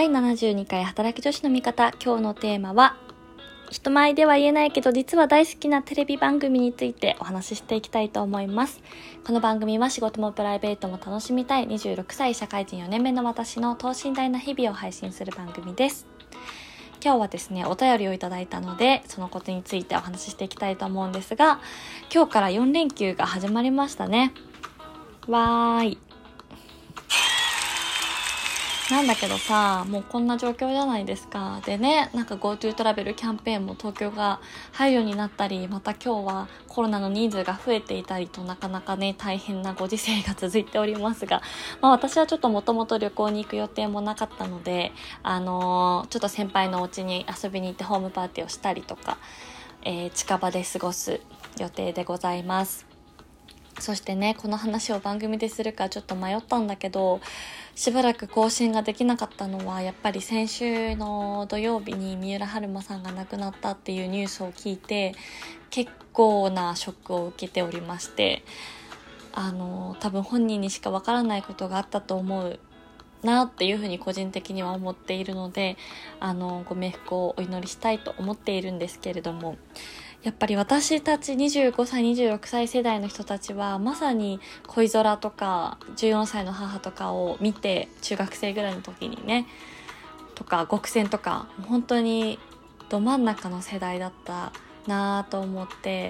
第72回働き女子の味方。今日のテーマは、人前では言えないけど実は大好きなテレビ番組についてお話ししていきたいと思います。この番組は仕事もプライベートも楽しみたい26歳社会人4年目の私の等身大な日々を配信する番組です。今日はですね、お便りをいただいたので、そのことについてお話ししていきたいと思うんですが、今日から4連休が始まりましたね。わーい。なんだけどさ、もうこんな状況じゃないですか。でね、GoTo トラベルキャンペーンも東京が入るようになったり、また今日はコロナの人数が増えていたりと、なかなかね、大変なご時世が続いておりますが、私はちょっともともと旅行に行く予定もなかったので、ちょっと先輩のお家に遊びに行ってホームパーティーをしたりとか、近場で過ごす予定でございます。そしてね、この話を番組でするかちょっと迷ったんだけど、しばらく更新ができなかったのはやっぱり先週の土曜日に三浦春馬さんが亡くなったっていうニュースを聞いて、結構なショックを受けておりまして、多分本人にしかわからないことがあったと思うなっていうふうに個人的には思っているので、ご冥福をお祈りしたいと思っているんですけれども、やっぱり私たち25歳、26歳世代の人たちはまさに恋空とか14歳の母とかを見て、中学生ぐらいの時にね、とか極戦とか本当にど真ん中の世代だったなぁと思って、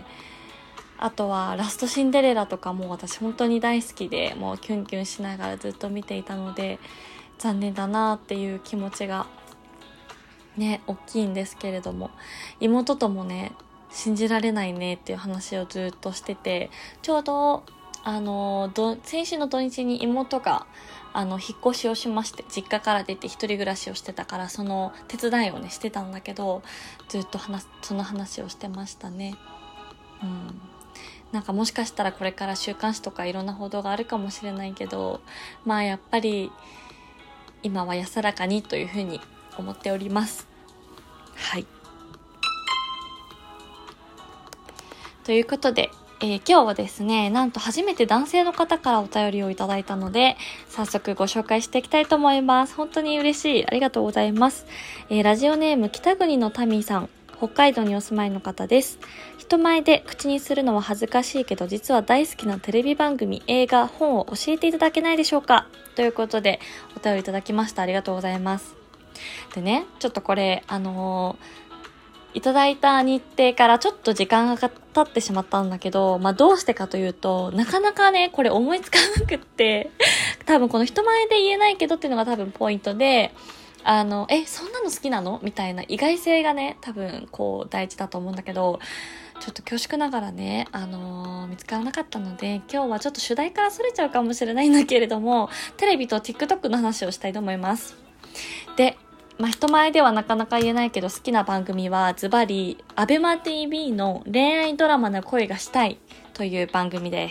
あとはラストシンデレラとかも私本当に大好きで、もうキュンキュンしながらずっと見ていたので、残念だなっていう気持ちがね、大きいんですけれども、妹ともね、信じられないねっていう話をずっとしてて、ちょうど先週の土日に妹が引っ越しをしまして、実家から出て一人暮らしをしてたから、その手伝いをねしてたんだけど、ずっとその話をしてましたね。もしかしたらこれから週刊誌とかいろんな報道があるかもしれないけど、やっぱり今は安らかにというふうに思っております。はい。ということで、今日はですね、なんと初めて男性の方からお便りをいただいたので、早速ご紹介していきたいと思います。本当に嬉しい。ありがとうございます。ラジオネーム北国のタミーさん、北海道にお住まいの方です。人前で口にするのは恥ずかしいけど、実は大好きなテレビ番組、映画、本を教えていただけないでしょうか、ということでお便りいただきました。ありがとうございます。でね、ちょっとこれいただいた日程からちょっと時間が経ってしまったんだけど、どうしてかというと、なかなかね、これ思いつかなくって、多分この人前で言えないけどっていうのが多分ポイントで、そんなの好きなのみたいな意外性がね、多分大事だと思うんだけど、ちょっと恐縮ながらね、見つからなかったので、今日はちょっと主題からそれちゃうかもしれないんだけれども、テレビと TikTok の話をしたいと思います。で、人前ではなかなか言えないけど好きな番組はズバリアベマ TV の恋愛ドラマの恋がしたいという番組です。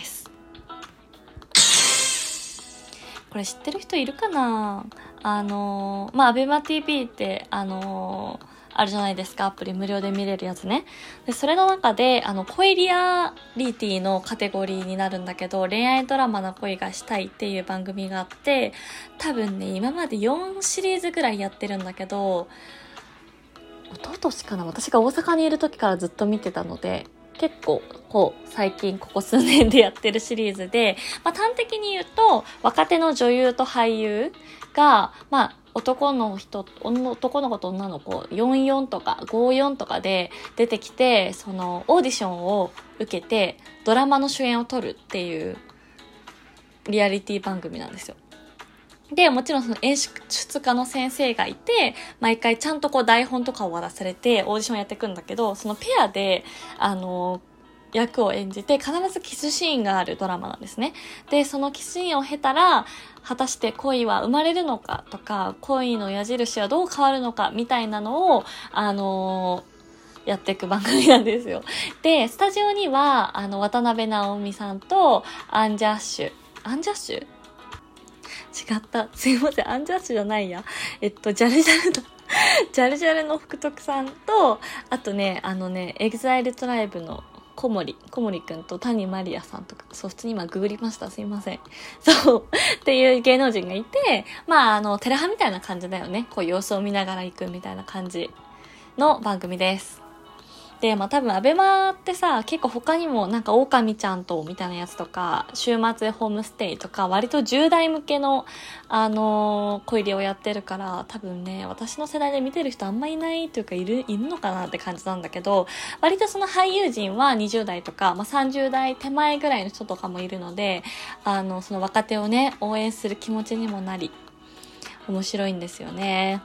これ知ってる人いるかな？アベマ TV ってあるじゃないですか、アプリ無料で見れるやつね。で、それの中で恋リアリティのカテゴリーになるんだけど、恋愛ドラマの恋がしたいっていう番組があって、多分ね、今まで4シリーズぐらいやってるんだけど、一昨年かな、私が大阪にいる時からずっと見てたので、結構最近ここ数年でやってるシリーズで、端的に言うと、若手の女優と俳優が男の子と女の子44とか54とかで出てきて、そのオーディションを受けてドラマの主演を取るっていうリアリティ番組なんですよ。で、もちろんその演出家の先生がいて、毎回ちゃんと台本とかを渡されてオーディションやっていくんだけど、そのペアで役を演じて必ずキスシーンがあるドラマなんですね。で、そのキスシーンを経たら、果たして恋は生まれるのかとか、恋の矢印はどう変わるのかみたいなのを、やっていく番組なんですよ。で、スタジオには、渡辺直美さんと、アンジャッシュ違った。すいません。アンジャッシュじゃないや。ジャルジャルだ。ジャルジャルの福徳さんと、あとね、エグザイルトライブの小森くんと谷まりやさんとか、そう、普通に今ググりました。すいません。そう、っていう芸能人がいて、テレハみたいな感じだよね。こう様子を見ながら行くみたいな感じの番組です。で、多分アベマってさ、結構他にもなんか狼ちゃんとみたいなやつとか、週末ホームステイとか、割と10代向けの、小入りをやってるから、多分ね、私の世代で見てる人あんまいないというか、いるのかなって感じなんだけど、割とその俳優陣は20代とか、30代手前ぐらいの人とかもいるので、その若手をね、応援する気持ちにもなり、面白いんですよね。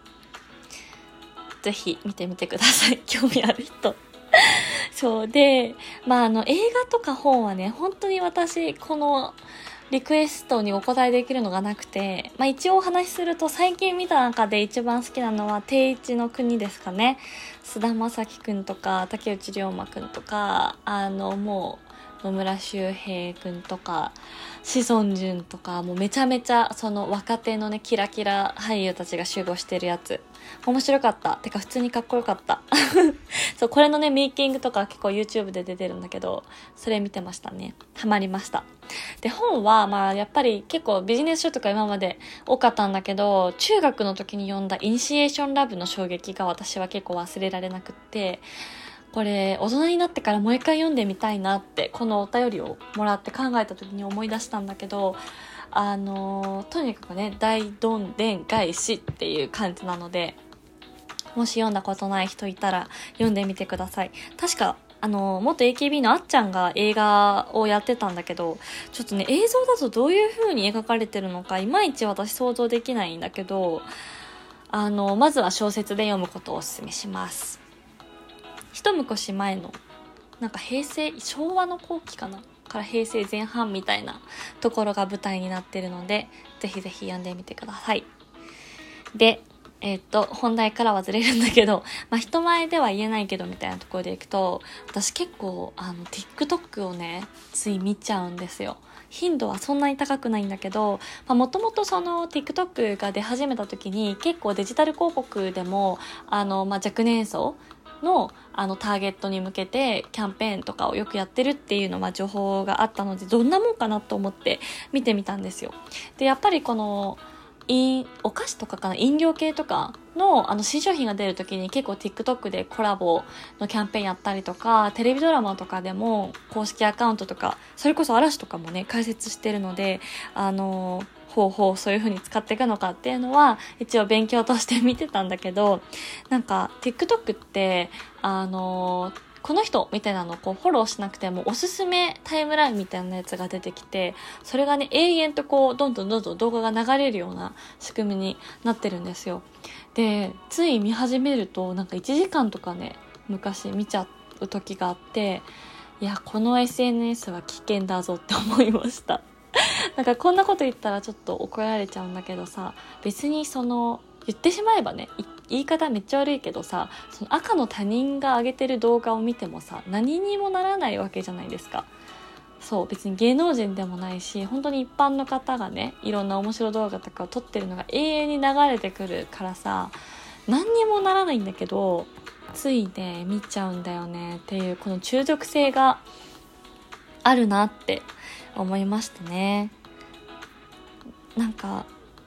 ぜひ見てみてください。興味ある人。そうで、映画とか本はね、本当に私、このリクエストにお答えできるのがなくて、一応お話しすると、最近見た中で一番好きなのは、定一の国ですかね。菅田将暉くんとか、竹内涼真くんとか、もう、野村周平くんとか、志尊淳とか、もうめちゃめちゃ、その若手のね、キラキラ俳優たちが集合してるやつ。面白かった。てか普通にかっこよかった。そう、これのね、メイキングとか結構 YouTube で出てるんだけど、それ見てましたね。ハマりました。で、本は、やっぱり結構ビジネス書とか今まで多かったんだけど、中学の時に読んだイニシエーションラブの衝撃が私は結構忘れられなくって、これ大人になってからもう一回読んでみたいなって、このお便りをもらって考えた時に思い出したんだけど、とにかくね、大どんでん返しっていう感じなので、もし読んだことない人いたら読んでみてください。確か元 AKB のあっちゃんが映画をやってたんだけど、ちょっとね、映像だとどういう風に描かれてるのかいまいち私想像できないんだけど、まずは小説で読むことをお勧めします。一昔前のなんか昭和の後期かなから平成前半みたいなところが舞台になってるので、ぜひぜひ読んでみてください。で、本題からはずれるんだけど、人前では言えないけどみたいなところでいくと、私結構TikTok をね、つい見ちゃうんですよ。頻度はそんなに高くないんだけど、もともとその TikTok が出始めた時に結構デジタル広告でも若年層のターゲットに向けてキャンペーンとかをよくやってるっていうのは情報があったので、どんなもんかなと思って見てみたんですよ。で、やっぱりこのお菓子とかかな、飲料系とかの新商品が出るときに結構 TikTok でコラボのキャンペーンやったりとか、テレビドラマとかでも公式アカウントとか、それこそ嵐とかもね開設してるので、そういう風に使っていくのかっていうのは一応勉強として見てたんだけど、なんか TikTok ってこの人みたいなのをフォローしなくてもおすすめタイムラインみたいなやつが出てきて、それがね、永遠とどんどん動画が流れるような仕組みになってるんですよ。で、つい見始めるとなんか1時間とかね、昔見ちゃう時があって、いや、この SNS は危険だぞって思いました。なんかこんなこと言ったらちょっと怒られちゃうんだけどさ、別に言ってしまえばね、言い方めっちゃ悪いけどさ、その赤の他人が上げてる動画を見てもさ、何にもならないわけじゃないですか。そう、別に芸能人でもないし、本当に一般の方がね、いろんな面白動画とかを撮ってるのが永遠に流れてくるからさ、何にもならないんだけど、ついね、見ちゃうんだよねっていう、この中毒性があるなって思いましたね。なんか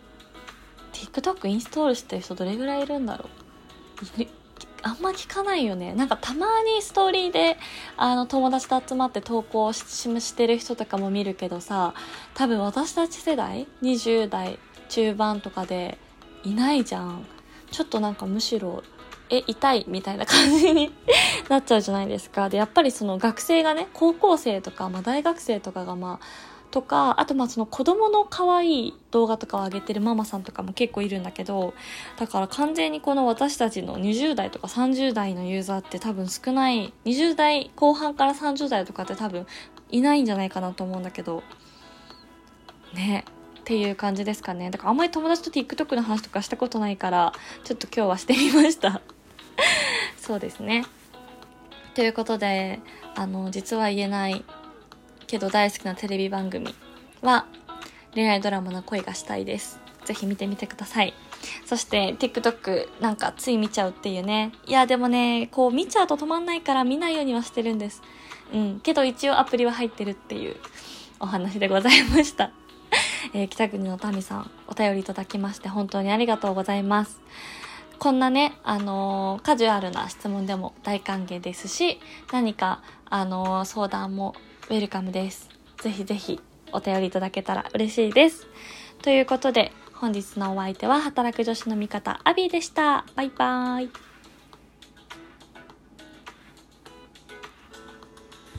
TikTok インストールしてる人どれぐらいいるんだろう。あんま聞かないよね。なんかたまにストーリーで友達と集まって投稿してる人とかも見るけどさ、多分私たち世代20代中盤とかでいないじゃん。ちょっとなんかむしろ痛いみたいな感じになっちゃうじゃないですか。で、やっぱりその学生がね、高校生とか、大学生とかがとか、あとその子供の可愛い動画とかを上げてるママさんとかも結構いるんだけど、だから完全にこの私たちの20代とか30代のユーザーって多分少ない、20代後半から30代とかって多分いないんじゃないかなと思うんだけどね、っていう感じですかね。だからあんまり友達と TikTok の話とかしたことないから、ちょっと今日はしてみましたそうですね。ということで、実は言えないけど大好きなテレビ番組は恋愛ドラマの恋がしたいです。ぜひ見てみてください。 そして TikTok なんかつい見ちゃうっていうね。いやでもね、こう見ちゃうと止まんないから見ないようにはしてるんです。けど一応アプリは入ってるっていうお話でございました。北国の民さん、お便りいただきまして本当にありがとうございます。こんなね、カジュアルな質問でも大歓迎ですし、何か、相談もウェルカムです。ぜひぜひお便りいただけたら嬉しいです。ということで、本日のお相手は働く女子の味方、アビーでした。バイバーイ。